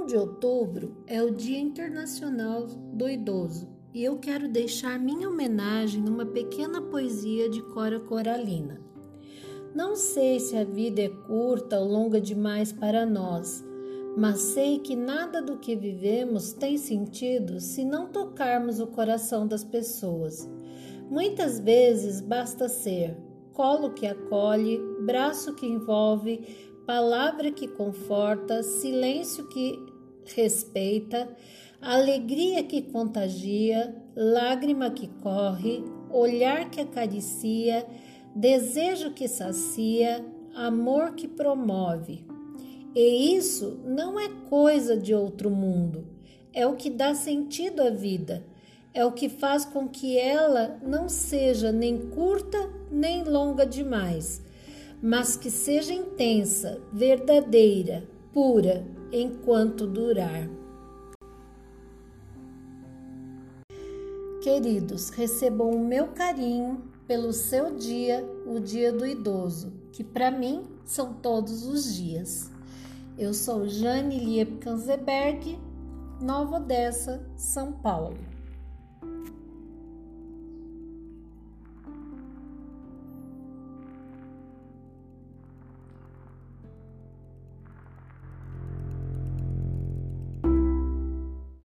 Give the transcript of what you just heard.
de outubro é o Dia Internacional do Idoso e eu quero deixar minha homenagem numa pequena poesia de Cora Coralina. Não sei se a vida é curta ou longa demais para nós, mas sei que nada do que vivemos tem sentido se não tocarmos o coração das pessoas. Muitas vezes basta ser colo que acolhe, braço que envolve, palavra que conforta, silêncio que respeita, alegria que contagia, lágrima que corre, olhar que acaricia, desejo que sacia, amor que promove. E isso não é coisa de outro mundo, é o que dá sentido à vida, é o que faz com que ela não seja nem curta nem longa demais, mas que seja intensa, verdadeira, pura, enquanto durar. Queridos, recebam o meu carinho pelo seu dia, o Dia do Idoso, que para mim são todos os dias. Eu sou Jane Liep Kanzeberg, Nova Odessa, São Paulo.